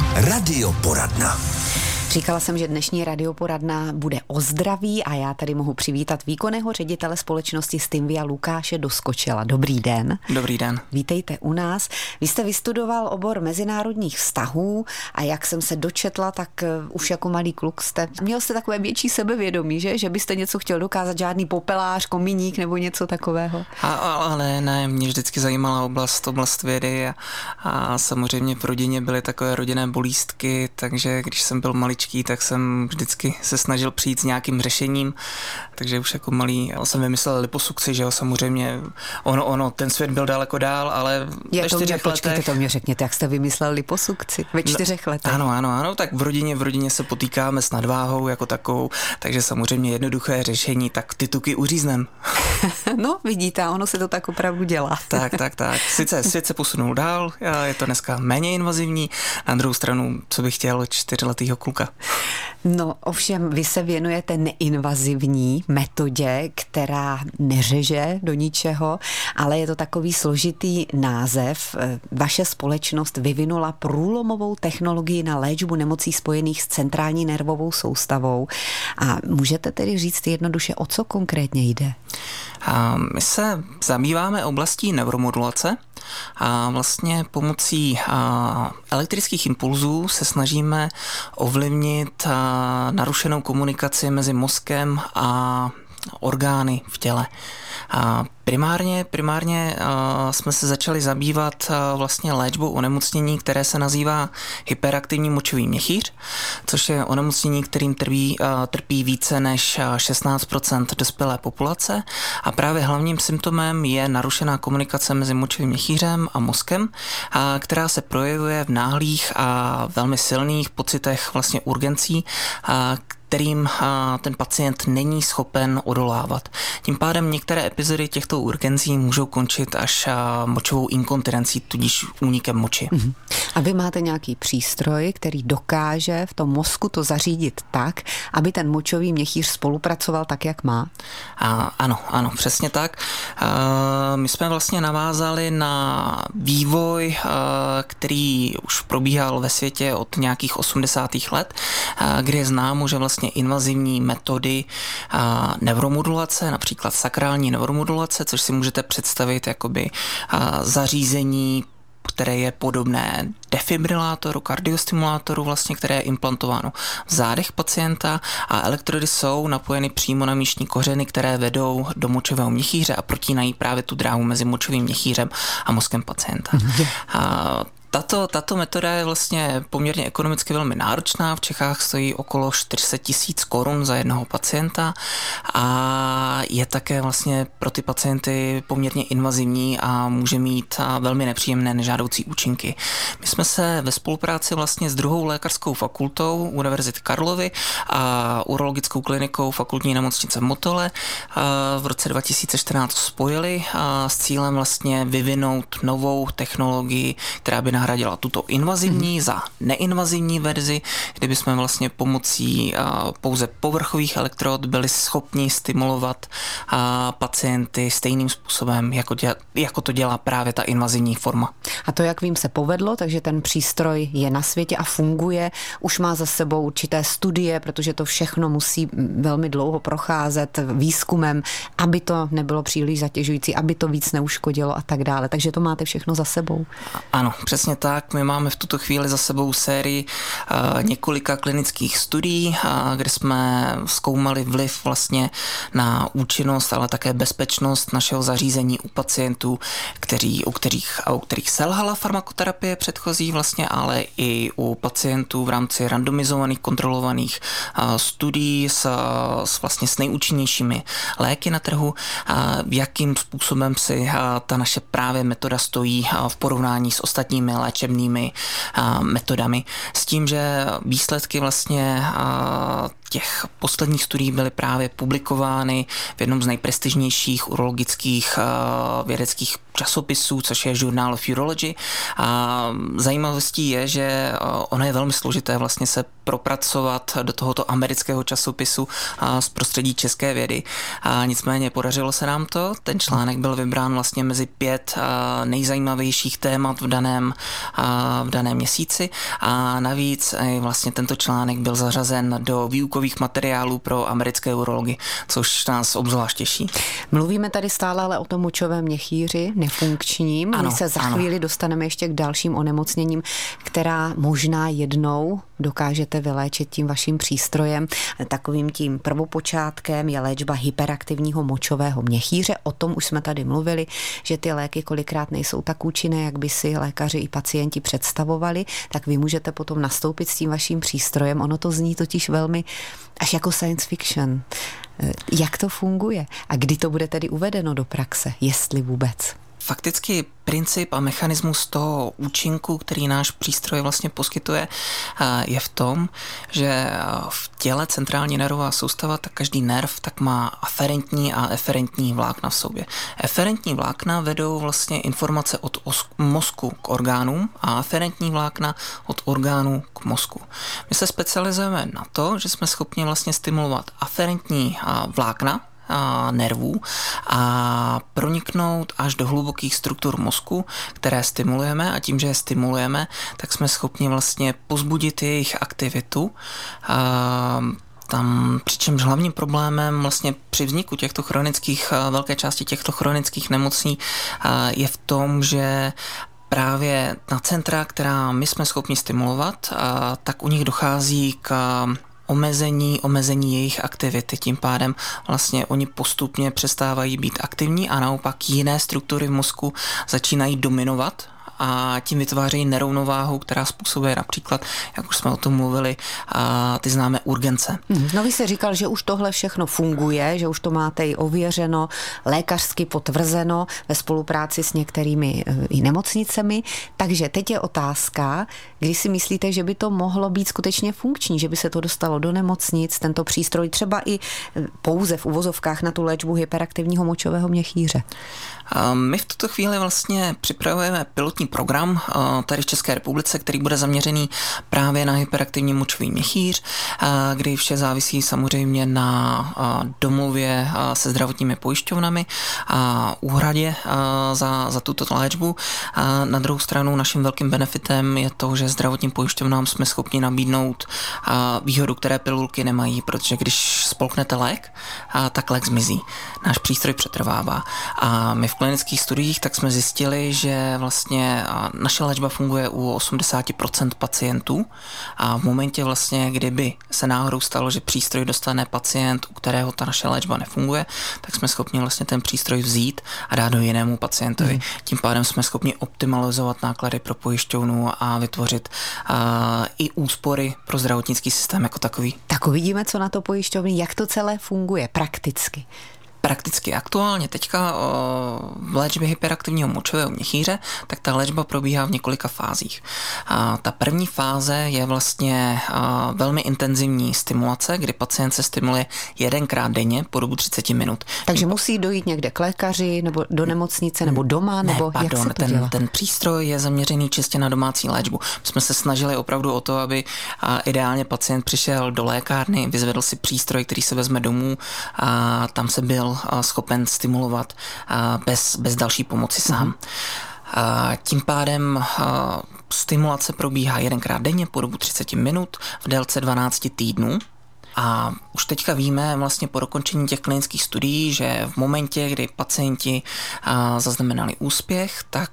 Radioporadna. Říkala jsem, že dnešní radioporadna bude o zdraví a já tady mohu přivítat výkonného ředitele společnosti Stimvia Lukáše Doskočela. Dobrý den. Dobrý den. Vítejte u nás. Vy jste vystudoval obor mezinárodních vztahů a jak jsem se dočetla, tak už jako malý kluk měl jste takové větší sebevědomí, že byste něco chtěl dokázat, žádný popelář, kominík nebo něco takového? Ale ne, mě vždycky zajímala oblast vědy a samozřejmě v rodině byly takové rodinné bolístky, takže když jsem byl maličký, tak jsem vždycky se snažil přijít s nějakým řešením, takže už jako malý jsem vymyslel liposukci, že jo, samozřejmě ono, ten svět byl daleko dál, ale ve 4 letech... To mě řekněte, jak jste vymyslel liposukci ve 4 letech. Ano, tak v rodině se potýkáme s nadváhou jako takovou, takže samozřejmě jednoduché řešení, tak ty tuky uříznem. No, vidíte, ono se to tak opravdu dělá. Tak. Sice svět se posunul dál, je to dneska méně invazivní, na druhou stranu, co bych chtěl 4letýho kluka. No, ovšem, vy se věnujete neinvazivní metodě, která neřeže do ničeho, ale je to takový složitý název. Vaše společnost vyvinula průlomovou technologii na léčbu nemocí spojených s centrální nervovou soustavou. A můžete tedy říct jednoduše, o co konkrétně jde? My se zabýváme oblastí neuromodulace a vlastně pomocí elektrických impulzů se snažíme ovlivnit narušenou komunikaci mezi mozkem a orgány v těle. Primárně jsme se začali zabývat vlastně léčbou onemocnění, které se nazývá hyperaktivní močový měchýř, což je onemocnění, kterým trpí více než 16% dospělé populace a právě hlavním symptomem je narušená komunikace mezi močovým měchýřem a mozkem, která se projevuje v náhlých a velmi silných pocitech vlastně urgencí, kterým ten pacient není schopen odolávat. Tím pádem některé epizody těchto urgencí můžou končit až močovou inkontinencí, tudíž únikem moči. A vy máte nějaký přístroj, který dokáže v tom mozku to zařídit tak, aby ten močový měchýř spolupracoval tak, jak má? Ano, přesně tak. My jsme vlastně navázali na vývoj, který už probíhal ve světě od nějakých 80. let, kdy je známo, že vlastně invazivní metody neuromodulace, například sakrální neuromodulace, což si můžete představit jakoby zařízení, které je podobné defibrilátoru, kardiostimulátoru, vlastně, které je implantováno v zádech pacienta a elektrody jsou napojeny přímo na míšní kořeny, které vedou do močového měchýře a protínají právě tu dráhu mezi močovým měchýřem a mozkem pacienta. Tato metoda je vlastně poměrně ekonomicky velmi náročná. V Čechách stojí okolo 400 000 korun za jednoho pacienta a je také vlastně pro ty pacienty poměrně invazivní a může mít velmi nepříjemné nežádoucí účinky. My jsme se ve spolupráci vlastně s druhou lékařskou fakultou Univerzity Karlovy a urologickou klinikou fakultní nemocnice v Motole v roce 2014 spojili s cílem vlastně vyvinout novou technologii, která by nahradila tuto invazivní za neinvazivní verzi, kdyby jsme vlastně pomocí pouze povrchových elektrod byli schopni stimulovat pacienty stejným způsobem, jako to dělá právě ta invazivní forma. A to, jak vím, se povedlo, takže ten přístroj je na světě a funguje. Už má za sebou určité studie, protože to všechno musí velmi dlouho procházet výzkumem, aby to nebylo příliš zatěžující, aby to víc neuškodilo a tak dále. Takže to máte všechno za sebou. Ano, přesně tak. My máme v tuto chvíli za sebou sérii několika klinických studií, kde jsme zkoumali vliv vlastně na účinnost, ale také bezpečnost našeho zařízení u pacientů, u kterých selhala farmakoterapie předchozí vlastně, ale i u pacientů v rámci randomizovaných kontrolovaných studií vlastně s nejúčinnějšími léky na trhu, jakým způsobem si ta naše právě metoda stojí v porovnání s ostatními léčebnými metodami. S tím, že výsledky vlastně těch posledních studií byly právě publikovány v jednom z nejprestižnějších urologických vědeckých časopisů, což je Journal of Urology. A zajímavostí je, že ono je velmi složité vlastně se propracovat do tohoto amerického časopisu z prostředí české vědy. A nicméně podařilo se nám to. Ten článek byl vybrán vlastně mezi 5 nejzajímavějších témat v daném měsíci a navíc vlastně tento článek byl zařazen do výukových materiálů pro americké urology, což nás obzvlášť těší. Mluvíme tady stále ale o tom močovém měchýři, nefunkčním. Ano, my se za chvíli dostaneme ještě k dalším onemocněním, která možná jednou dokážete vyléčit tím vaším přístrojem. Takovým tím prvopočátkem je léčba hyperaktivního močového měchýře. O tom už jsme tady mluvili, že ty léky kolikrát nejsou tak účinné, jak by si lékaři i pacienti představovali, tak vy můžete potom nastoupit s tím vaším přístrojem. Ono to zní totiž velmi až jako science fiction. Jak to funguje? A kdy to bude tedy uvedeno do praxe? Jestli vůbec? Fakticky princip a mechanismus toho účinku, který náš přístroj vlastně poskytuje, je v tom, že v těle centrální nervová soustava, tak každý nerv tak má aferentní a eferentní vlákna v sobě. Eferentní vlákna vedou vlastně informace od mozku k orgánům a aferentní vlákna od orgánů k mozku. My se specializujeme na to, že jsme schopni vlastně stimulovat aferentní vlákna nervů a proniknout až do hlubokých struktur mozku, které stimulujeme, a tím, že je stimulujeme, tak jsme schopni vlastně pozbudit jejich aktivitu. Přičemž hlavním problémem vlastně při vzniku těchto chronických, velké části těchto chronických nemocí je v tom, že právě na centra, která my jsme schopni stimulovat, tak u nich dochází k omezení jejich aktivity. Tím pádem vlastně oni postupně přestávají být aktivní a naopak jiné struktury v mozku začínají dominovat a tím vytvářejí nerovnováhu, která způsobuje například, jak už jsme o tom mluvili, ty známé urgence. No vy jste říkal, že už tohle všechno funguje, že už to máte i ověřeno, lékařsky potvrzeno ve spolupráci s některými i nemocnicemi. Takže teď je otázka, kdy si myslíte, že by to mohlo být skutečně funkční, že by se to dostalo do nemocnic, tento přístroj třeba i pouze v uvozovkách na tu léčbu hyperaktivního močového měchýře? My v tuto chvíli vlastně připravujeme pilotní program tady v České republice, který bude zaměřený právě na hyperaktivní močový měchýř, kdy vše závisí samozřejmě na domluvě se zdravotními pojišťovnami a úhradě za tuto léčbu. Na druhou stranu naším velkým benefitem je to, že zdravotním pojišťovnám jsme schopni nabídnout výhodu, které pilulky nemají, protože když spolknete lék, tak lék zmizí. Náš přístroj přetrvává. A my v klinických studiích tak jsme zjistili, že vlastně naše léčba funguje u 80% pacientů a v momentě vlastně, kdyby se náhodou stalo, že přístroj dostane pacient, u kterého ta naše léčba nefunguje, tak jsme schopni vlastně ten přístroj vzít a dát do jinému pacientovi. Tím pádem jsme schopni optimalizovat náklady pro pojišťovnu a vytvořit i úspory pro zdravotnický systém jako takový. Tak uvidíme, co na to pojišťovny, jak to celé funguje prakticky. Prakticky aktuálně teďka v léčbě hyperaktivního močového měchýře, tak ta léčba probíhá v několika fázích. Ta první fáze je vlastně velmi intenzivní stimulace, kdy pacient se stimuluje 1krát denně po dobu 30 minut. Takže musí dojít někde k lékaři, nebo do nemocnice, nebo doma, nebo jak se to dělá? Ten přístroj je zaměřený čistě na domácí léčbu. My jsme se snažili opravdu o to, aby ideálně pacient přišel do lékárny, vyzvedl si přístroj, který se vezme domů a tam se byl schopen stimulovat bez další pomoci sám. Tím pádem stimulace probíhá 1krát denně po dobu 30 minut v délce 12 týdnů. A už teďka víme vlastně po dokončení těch klinických studií, že v momentě, kdy pacienti zaznamenali úspěch, tak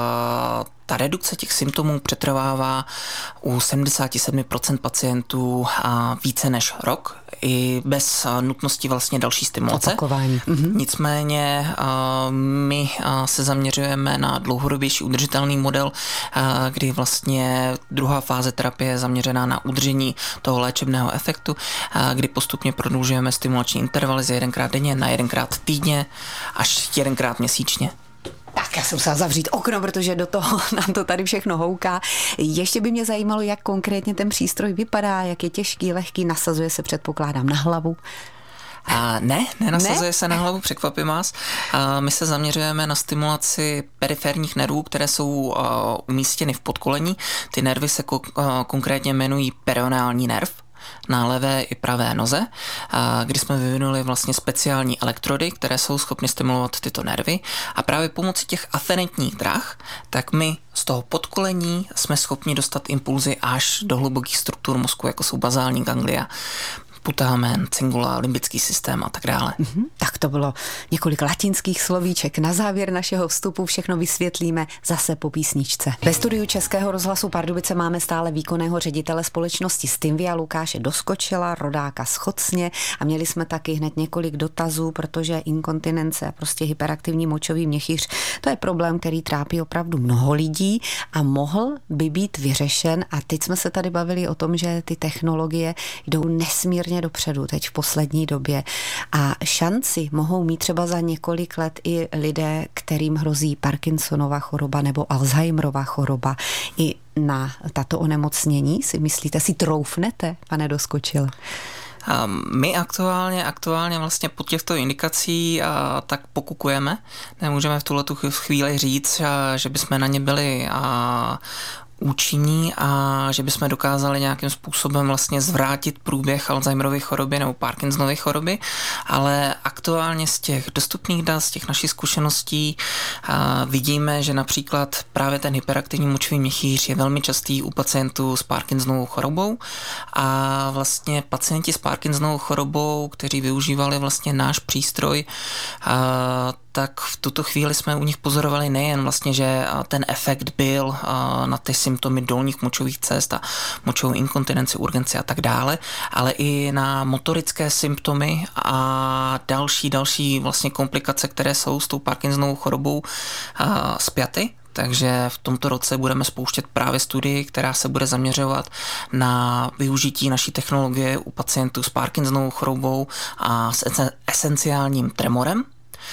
ta redukce těch symptomů přetrvává u 77% pacientů více než rok, i bez nutnosti vlastně další stimulace. Opakování. Nicméně my se zaměřujeme na dlouhodobější udržitelný model, kdy vlastně druhá fáze terapie je zaměřená na udržení toho léčebného efektu, kdy postupně prodlužujeme stimulační intervaly z 1krát denně na 1krát týdně až 1krát měsíčně. Tak já jsem musela zavřít okno, protože do toho nám to tady všechno houká. Ještě by mě zajímalo, jak konkrétně ten přístroj vypadá, jak je těžký, lehký, nasazuje se, předpokládám, na hlavu. Nenasazuje se na hlavu, překvapím vás. My se zaměřujeme na stimulaci periferních nervů, které jsou umístěny v podkolení. Ty nervy se konkrétně jmenují perioneální nerv na levé i pravé noze, kdy jsme vyvinuli vlastně speciální elektrody, které jsou schopny stimulovat tyto nervy a právě pomocí těch aferentních drah, tak my z toho podkolení jsme schopni dostat impulzy až do hlubokých struktur mozku, jako jsou bazální ganglia, putamen, cingula, limbický systém a tak dále. Tak to bylo několik latinských slovíček. Na závěr našeho vstupu všechno vysvětlíme zase po písničce. Ve studiu Českého rozhlasu Pardubice máme stále výkonného ředitele společnosti Stimvia Lukáše Doskočila, rodáka z Chocně, a měli jsme taky hned několik dotazů, protože inkontinence a prostě hyperaktivní močový měchýř, to je problém, který trápí opravdu mnoho lidí a mohl by být vyřešen. A teď jsme se tady bavili o tom, že ty technologie jdou nesmírně dopředu teď v poslední době a šanci mohou mít třeba za několik let i lidé, kterým hrozí Parkinsonova choroba nebo Alzheimerova choroba. I na tato onemocnění si myslíte, si troufnete, pane Doskočil? My aktuálně vlastně pod těchto indikací tak pokukujeme. Nemůžeme v tuhletu chvíli říct, že bychom na ně byli účinní a že bychom dokázali nějakým způsobem vlastně zvrátit průběh Alzheimerovy choroby nebo Parkinsonovy choroby, ale aktuálně z těch dostupných dat, z těch našich zkušeností vidíme, že například právě ten hyperaktivní močový měchýř je velmi častý u pacientů s Parkinsonovou chorobou a vlastně pacienti s Parkinsonovou chorobou, kteří využívali vlastně náš přístroj, tak v tuto chvíli jsme u nich pozorovali nejen vlastně, že ten efekt byl na ty symptomy dolních močových cest a močovou inkontinenci, urgenci a tak dále, ale i na motorické symptomy a další vlastně komplikace, které jsou s tou Parkinsonovou chorobou spjaty. Takže v tomto roce budeme spouštět právě studii, která se bude zaměřovat na využití naší technologie u pacientů s Parkinsonovou chorobou a s esenciálním tremorem.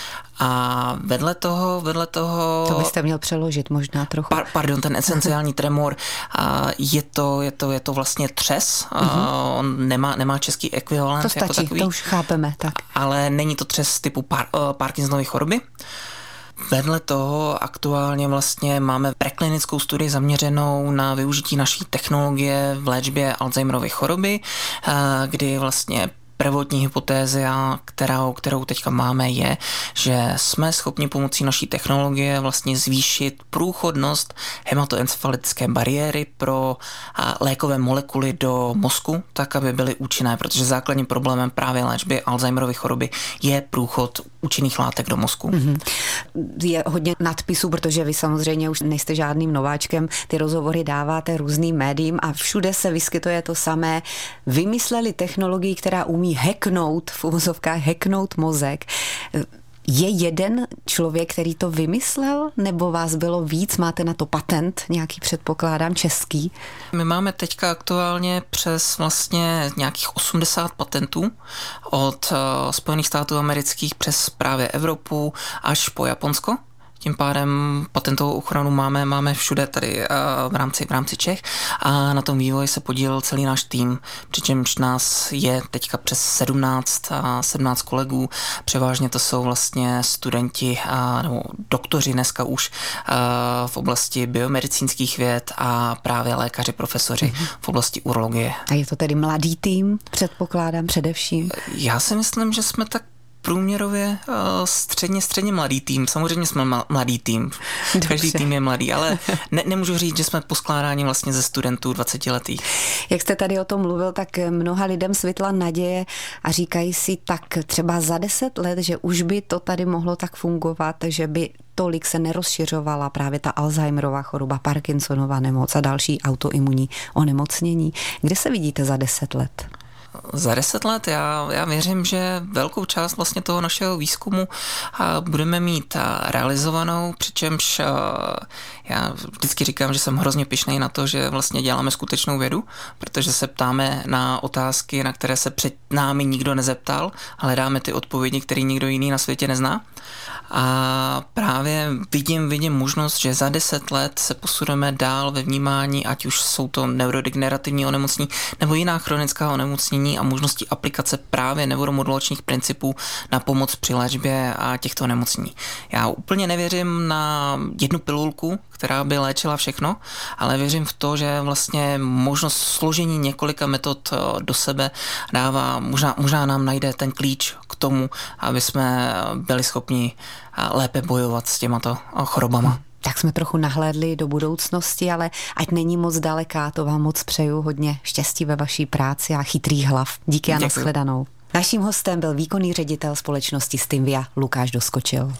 A vedle toho... To byste měl přeložit možná trochu. Pardon, ten esenciální tremor, je to vlastně třes, on nemá český ekvivalent. To stačí, jako takový, to už chápeme. Tak. Ale není to třes typu Parkinsonovy choroby. Vedle toho aktuálně vlastně máme preklinickou studii zaměřenou na využití naší technologie v léčbě Alzheimerovy choroby, kdy vlastně prvotní hypotézy, kterou teďka máme, je, že jsme schopni pomocí naší technologie vlastně zvýšit průchodnost hematoencefalitické bariéry pro lékové molekuly do mozku, tak, aby byly účinné, protože základním problémem právě léčby Alzheimerovy choroby je průchod účinných látek do mozku. Je hodně nadpisů, protože vy samozřejmě už nejste žádným nováčkem, ty rozhovory dáváte různým médiím a všude se vyskytuje to samé. Vymysleli technologii, která umí v uvozovkách hacknout mozek. Je jeden člověk, který to vymyslel, nebo vás bylo víc? Máte na to patent nějaký, předpokládám, český? My máme teďka aktuálně přes vlastně nějakých 80 patentů od Spojených států amerických přes právě Evropu až po Japonsko. Tím pádem patentovou ochranu máme všude tady v rámci Čech a na tom vývoji se podílel celý náš tým, přičemž nás je teďka přes 17 kolegů, převážně to jsou vlastně studenti nebo doktoři dneska už v oblasti biomedicínských věd a právě lékaři, profesoři v oblasti urologie. A je to tedy mladý tým, předpokládám především? Já si myslím, že jsme tak průměrově středně mladý tým. Samozřejmě jsme mladý tým. Dobře. Každý tým je mladý, ale nemůžu říct, že jsme poskládáni vlastně ze studentů 20letých. Jak jste tady o tom mluvil, tak mnoha lidem svitla naděje a říkají si tak třeba za 10 let, že už by to tady mohlo tak fungovat, že by tolik se nerozšiřovala právě ta Alzheimerova choroba, Parkinsonova nemoc a další autoimunní onemocnění. Kde se vidíte za 10 let? Za 10 let já věřím, že velkou část vlastně toho našeho výzkumu budeme mít realizovanou, přičemž já vždycky říkám, že jsem hrozně pyšnej na to, že vlastně děláme skutečnou vědu, protože se ptáme na otázky, na které se před námi nikdo nezeptal, ale dáme ty odpovědi, které nikdo jiný na světě nezná. A právě vidím možnost, že za 10 let se posuneme dál ve vnímání, ať už jsou to neurodegenerativní onemocnění nebo jiná chronická onemocnění a možnosti aplikace právě neuromodulačních principů na pomoc při léčbě a těchto onemocnění. Já úplně nevěřím na jednu pilulku, která by léčila všechno, ale věřím v to, že vlastně možnost složení několika metod do sebe dává, možná nám najde ten klíč k tomu, aby jsme byli schopni lépe bojovat s těmato chorobama. Tak jsme trochu nahlédli do budoucnosti, ale ať není moc daleká, to vám moc přeju, hodně štěstí ve vaší práci a chytrých hlav. Díky a nashledanou. Naším hostem byl výkonný ředitel společnosti Stimvia Lukáš Doskočil.